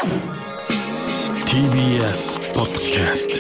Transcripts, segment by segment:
TBS ポッドキャスト。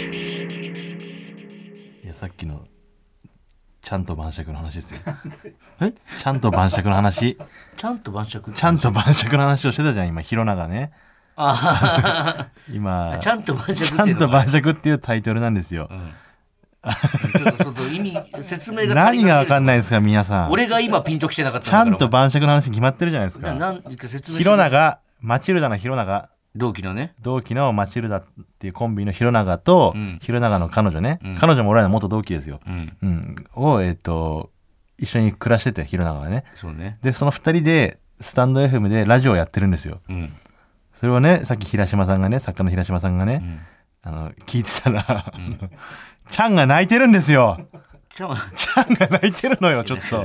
いやさっきのちゃんと晩酌の話ですよえちゃんと晩酌の話ちゃんと晩酌ちゃんと晩酌の話をしてたじゃん今弘永ねあ今ちゃんと晩酌ちゃんと晩酌っていうタイトルなんですよ、 ちょっと意味説明が足りな何すぎるが分かんないですか皆さん。 俺が今ピンときてなかったんちだからゃんと晩酌の話決まってるじゃないですか。 なんか説明弘永マチルダの弘永同期のね同期のマチルダっていうコンビの弘永と、弘永の彼女ね、彼女も俺らの元同期ですよ、を一緒に暮らしてて弘永がね。 そうねでその2人でスタンド FM でラジオをやってるんですよ、それをねさっき平島さんがね作家の平島さんがね、聞いてたら、ちゃんが泣いてるんですよ。ちゃんが泣いてるのよちょっと。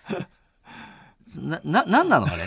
なんなのあれ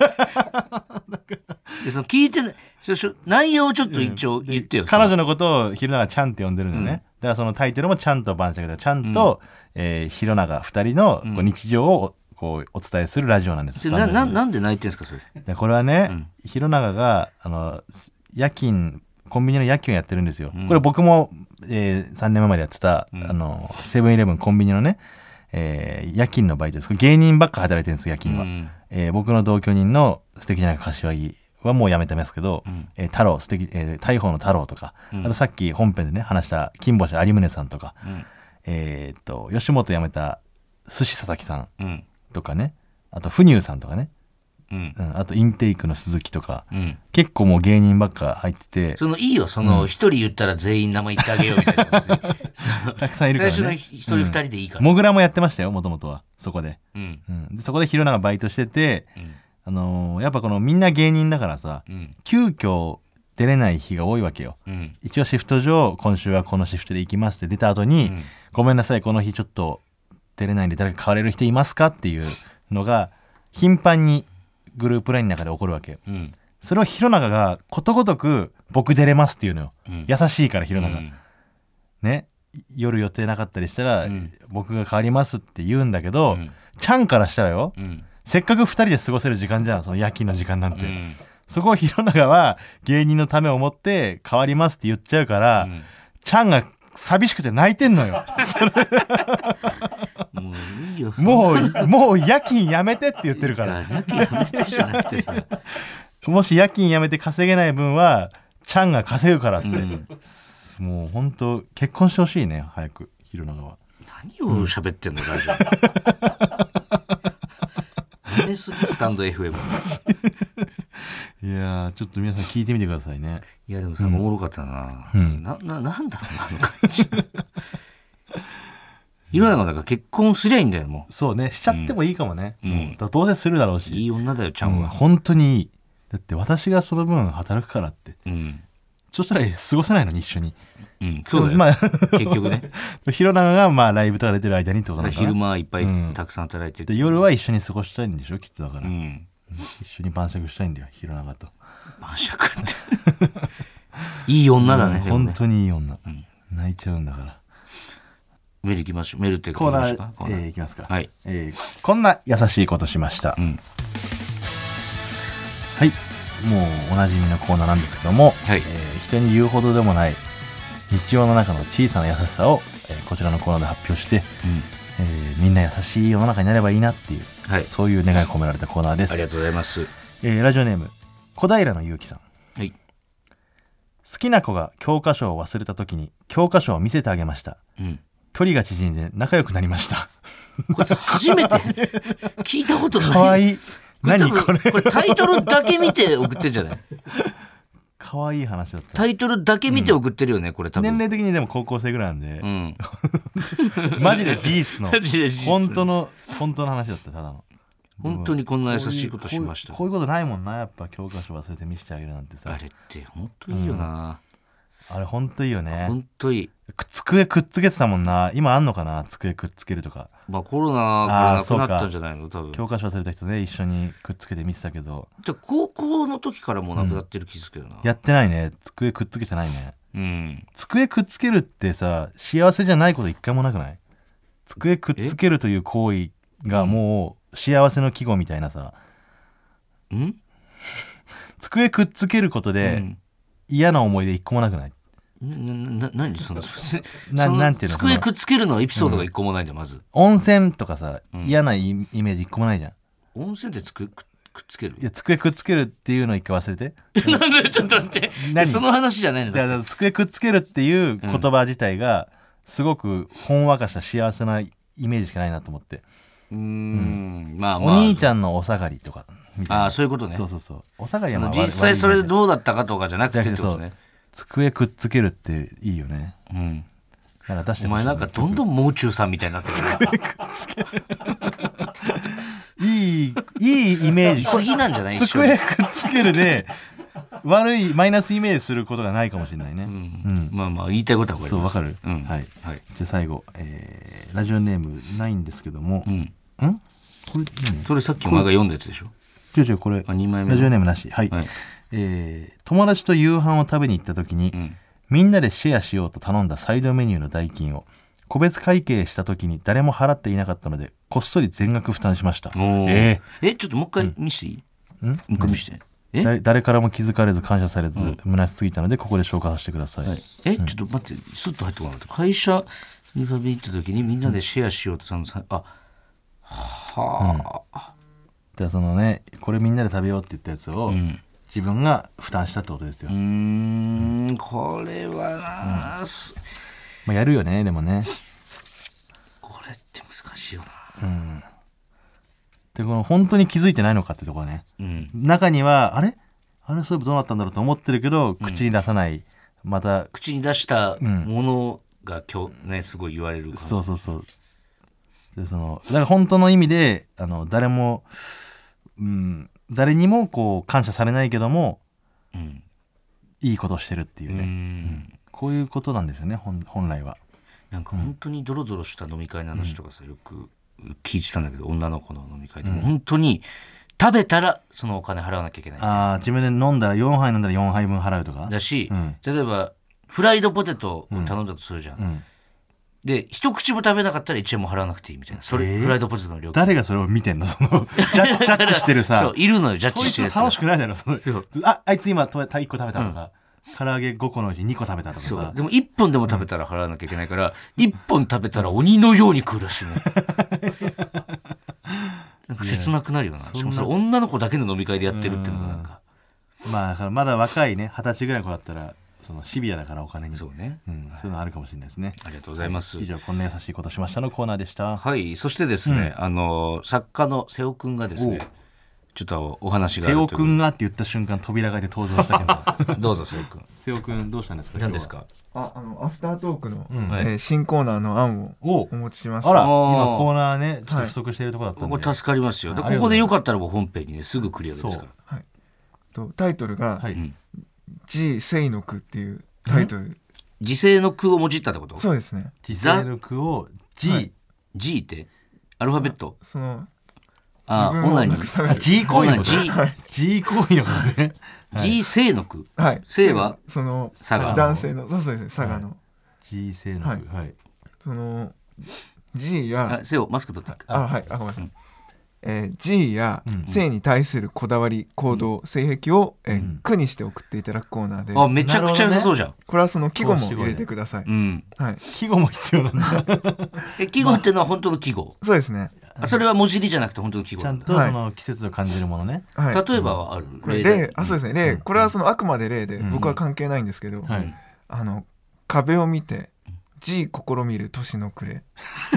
でその聞いて内容をちょっと一応言ってよ。 彼女のことを弘永ちゃんって呼んでるのね、だからそのタイトルもちゃんと晩酌でちゃんと、弘永2人のこう日常をこうお伝えするラジオなんです。 なんで泣いてんすかそれ。 でこれはね、弘永が夜勤コンビニの夜勤をやってるんですよ、これ僕も、3年前までやってた、セブンイレブンコンビニのね、夜勤のバイトです。これ芸人ばっか働いてるんです夜勤は、僕の同居人の素敵じゃない柏木はもう辞めてますけど、太郎素敵、大砲の太郎とか、あとさっき本編でね話した金星有宗さんとか、吉本辞めた寿司佐々木さんとかね、あとフニューさんとかね、あとインテイクの鈴木とか、結構もう芸人ばっか入ってて、 そのいいよその一人言ったら全員名前言ってあげようみたいなたくさんいるからね。 最初の一人二人でいいから、 モグラもやってましたよもともとはそこで、 うんでそこで弘永バイトしてて、やっぱこのみんな芸人だからさ、急遽出れない日が多いわけよ、一応シフト上今週はこのシフトで行きますって出た後に、ごめんなさいこの日ちょっと出れないんで誰か代われる人いますかっていうのが頻繁にグループラインの中で起こるわけ、それを弘永がことごとく僕出れますっていうのよ、優しいから弘永、ね、夜予定なかったりしたら、僕が代わりますって言うんだけど、ちゃんからしたらよ、せっかく2人で過ごせる時間じゃんその夜勤の時間なんて、そこを弘永は芸人のためを思って代わりますって言っちゃうから、ちゃんが寂しくて泣いてんのよもういいよもう夜勤やめてって言ってるから夜勤やめてじゃなくてさもし夜勤やめて稼げない分はちゃんが稼ぐからって、もう本当結婚してほしいね早く弘永は。 何を喋ってんのラジオやめすぎスタンド FM いやちょっと皆さん聞いてみてくださいね。 いやでもさ、おもろかったな、なんだろうなあの感じ弘永なんか結婚すりゃいいんだよもそうねしちゃってもいいかもね、どうせするだろうしういい女だよちゃんは、 本当にいい。だって私がその分働くからって、そしたら過ごせないのに一緒に、 そうだよ、 まあ結局ね弘永がまあライブとか出てる間にってことなのかな。 昼間いっぱいたくさん働いてて、 で夜は一緒に過ごしたいんでしょきっとだから、一緒に晩酌したいんだよ弘永と。 晩酌っていい女だね、でもね本当にいい女、泣いちゃうんだから。 メール行きましょう。メールってコーナー、いきますか。はい、こんな優しいことしました、はいもうおなじみのコーナーなんですけども、人に言うほどでもない日常の中の小さな優しさを、こちらのコーナーで発表して、みんな優しい世の中になればいいなっていう、そういう願いが込められたコーナーです。 ありがとうございます。 ラジオネーム小平のゆうきさん、好きな子が教科書を忘れた時に教科書を見せてあげました、距離が縮んで仲良くなりましたこれ初めて聞いたことない。 かわいい。何これこれタイトルだけ見て送ってんじゃない？ かわいい話だった。 タイトルだけ見て送ってるよね、これ多分。 年齢的にでも高校生ぐらいなんで、マジで事実の本当の話だった。ただの本当にこんな優しいことしました。 こういうことないもんな、やっぱ教科書忘れて見せてあげるなんてさ。 あれって本当いいよな、 あれ本当いいよね。 本当いい。 机くっつけてたもんな。今あんのかな、机くっつけるとか。 まあコロナからなくなったんじゃないの多分。 教科書忘れた人ね、一緒にくっつけて見てたけど、 じゃあ高校の時からもうなくなってる気づくけどな、 やってないね。机くっつけてないね。机くっつけるってさ、幸せじゃないこと一回もなくない？机くっつけるという行為がもう幸せの季語みたいなさ。 机くっつけることで嫌な思い出一個もなくない？ 何そのなんていうの、 机くっつけるのはエピソードが一個もないんだよまず。 温泉とかさ、嫌なイメージ一個もないじゃん。 温泉って机くっつける？ いや、机くっつけるっていうの一回忘れて。 なんでちょっと待ってその話じゃないの？ だから机くっつけるっていう言葉自体がすごくほんわかした幸せなイメージしかないなと思って。 まあお兄ちゃんのお下がりとかみたいな。 あ、そういうことね。 そうそうそう。お下がりはまあ実際それでどうだったかとかじゃなくてってことね。 机くっつけるっていいよね。なんか出してお前なんかどんどんもう中さんみたいになってるな。 いいイメージ。 過ぎなんじゃない？ 机くっつけるで悪いマイナスイメージすることがないかもしれないね。 まあまあ言いたいことはこれ。 そうわかる。はい。じゃあ最後、ラジオネームないんですけども、これ何？ それさっきお前が読んだやつでしょ？ 違うこれ。 2枚目。 ラジオネームなし。はい。友達と夕飯を食べに行った時に、みんなでシェアしようと頼んだサイドメニューの代金を個別会計した時に誰も払っていなかったのでこっそり全額負担しました。ちょっともう一回見せていい？もう一回見せて。 誰からも気づかれず感謝されず、虚しすぎたのでここで紹介させてください。 ちょっと待って、スッと入ってこなかった。会社に食べに行った時にみんなでシェアしようと頼んだ。 ではそのね、これみんなで食べようって言ったやつを、自分が負担したってことですよ。 これはな、 まあ、やるよね。でもねこれって難しいよな。 でこの本当に気づいてないのかってところね、中にはあれそういえばどうなったんだろうと思ってるけど、口に出さない、また口に出したものが今日ねすごい言われる。 そうでだから本当の意味で誰も誰にもこう感謝されないけども、いいことをしてるっていうね、こういうことなんですよね本来は。 なんか本当にドロドロした飲み会の話とかさ、よく聞いてたんだけど、女の子の飲み会でも本当に食べたらそのお金払わなきゃいけない。 自分で飲んだら4杯飲んだら4杯分払うとかだし、例えばフライドポテトを頼んだとするじゃん、で一口も食べなかったら1円も払わなくていいみたいな。それ、フライドポテトの料金。 誰がそれを見てんの？ジャッジしてるさ。 そういるのよ、ジャッジしてるやつ。 楽しくないだろあいつ今1個食べたとか、唐揚げ5個のうち2個食べたとかさ。 そうでも1本でも食べたら払わなきゃいけないから、1本食べたら鬼のように食うらしいね。なんか切なくなるよな。しかもそれ女の子だけの飲み会でやってるっていうのがなんか、 まだ若いね20歳ぐらいの子だったらシビアだからお金に。 そうね、 そういうのあるかもしれないですね。 ありがとうございます。 以上こんな優しいことしましたのコーナーでした。 はい。そしてですね、作家の瀬尾くんがですね、ちょっとお話があるという。 瀬尾くんがって言った瞬間扉が開いて登場したけど。 どうぞ瀬尾くん。 瀬尾くんどうしたんですか？ 何ですか？ アフタートークの、新コーナーの案をお持ちしました。 あら、今コーナーねちょっと不足しているところだったんで、 ここ助かりますよ。ここでよかったらもう本編にねすぐ来るわけですから。 タイトルが「G 聖の句」っていうタイトル。 時世の句をもじったってこと？ そうですね。 時世の句を G、G ってアルファベット？ 自分をなくされる G 行為のこと G 行為のことね。 G 聖の句。聖は男性のそうですね、佐賀の G 聖の句。 G や聖をマスク取った。 ごめんなさい。G や性に対するこだわり、行動、性癖を句にして送っていただくコーナーで。 めちゃくちゃ良さそうじゃん。 これはその季語も入れてください。 季語も必要なんだ。 季語っていうのは本当の季語？ そうですね。 それは文字りじゃなくて本当の季語なんだ。 ちゃんとその季節を感じるものね。 例えばはある？ 例、そうですね。例、これはそのあくまで例で僕は関係ないんですけど、壁を見て G 試みる年の暮れ。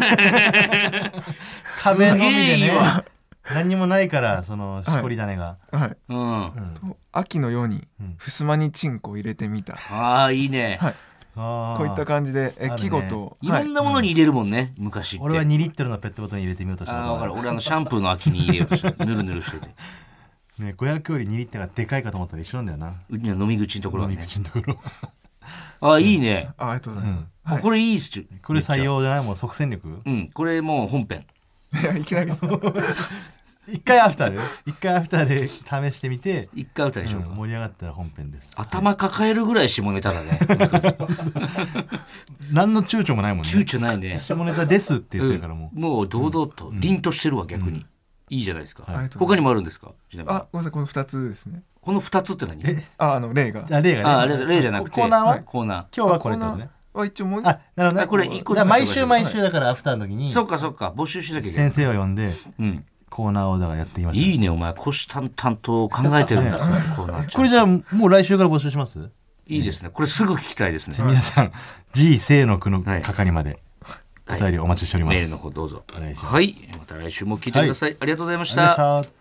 壁のみでね、何にもないからそのしこり種が、 秋のように襖にチンコ入れてみた。 いいね。 こういった感じで季語といろんなものに入れるもんね、昔って。 俺は2リットルのペットボトルに入れてみようとした。 分かる。俺シャンプーの秋に入れようとしてぬるぬるしててね、500より2リットルがでかいかと思ったら一緒なんだよな。 うちの飲み口のところはね。 飲み口のところ。 いいね。 ありがとうございます。 これいいっす。 これ採用じゃない？もう即戦力。 これもう本編。 いきなり一回アフターで試してみて、 一回アフターでしょうか。 盛り上がったら本編です。 頭抱えるぐらい下ネタだね。 何の躊躇もないもんね。 躊躇ないね。 下ネタですって言ってるからもう堂々と凛としてるわ逆に。 いいじゃないですか、 はい、 他にもあるんですか？ ごめんなさい、この2つですね。 この2つって何？ 例が例じゃなくてコーナーは、 コーナー今日はこれってことね。 一応もうなるほどね。 これ1個ずつ毎週だからアフターの時にそっか募集しなきゃいけない。 先生を呼んで、コーナーをだからやっていきました。 いいね、お前虎視眈々と考えてるんださ、コーナー。 これじゃあもう来週から募集します？ いいですね、これすぐ聞きたいですね。 皆さん G 生の句の係までお便りお待ちしております。 メールの方どうぞ。 お願いします。 はい、また来週も聞いてください。ありがとうございましありがとうございた。 ました。